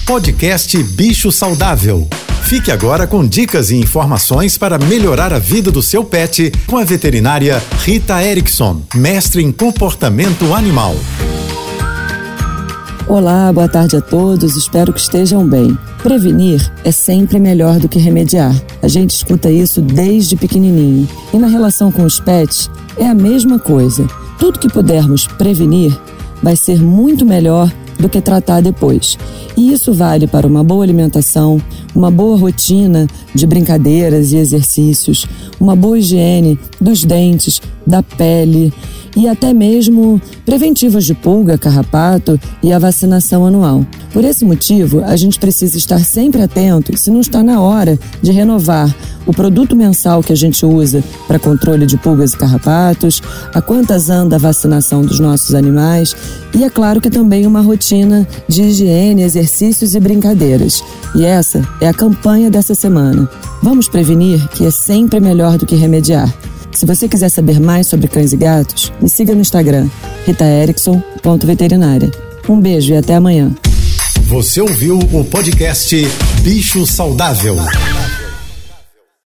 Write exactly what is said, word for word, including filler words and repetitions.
Podcast Bicho Saudável. Fique agora com dicas e informações para melhorar a vida do seu pet com a veterinária Rita Erickson, mestre em comportamento animal. Olá, boa tarde a todos, espero que estejam bem. Prevenir é sempre melhor do que remediar. A gente escuta isso desde pequenininho. E na relação com os pets, é a mesma coisa. Tudo que pudermos prevenir vai ser muito melhor do que tratar depois. E isso vale para uma boa alimentação, uma boa rotina de brincadeiras e exercícios, uma boa higiene dos dentes, da pele e até mesmo preventivos de pulga, carrapato e a vacinação anual. Por esse motivo, a gente precisa estar sempre atento se não está na hora de renovar o produto mensal que a gente usa para controle de pulgas e carrapatos, a quantas anda a vacinação dos nossos animais e, é claro, que também uma rotina de higiene, exercícios e brincadeiras. E essa é a campanha dessa semana. Vamos prevenir, que é sempre melhor do que remediar. Se você quiser saber mais sobre cães e gatos, me siga no Instagram, rita erickson ponto veterinária. Um beijo e até amanhã. Você ouviu o podcast Bicho Saudável.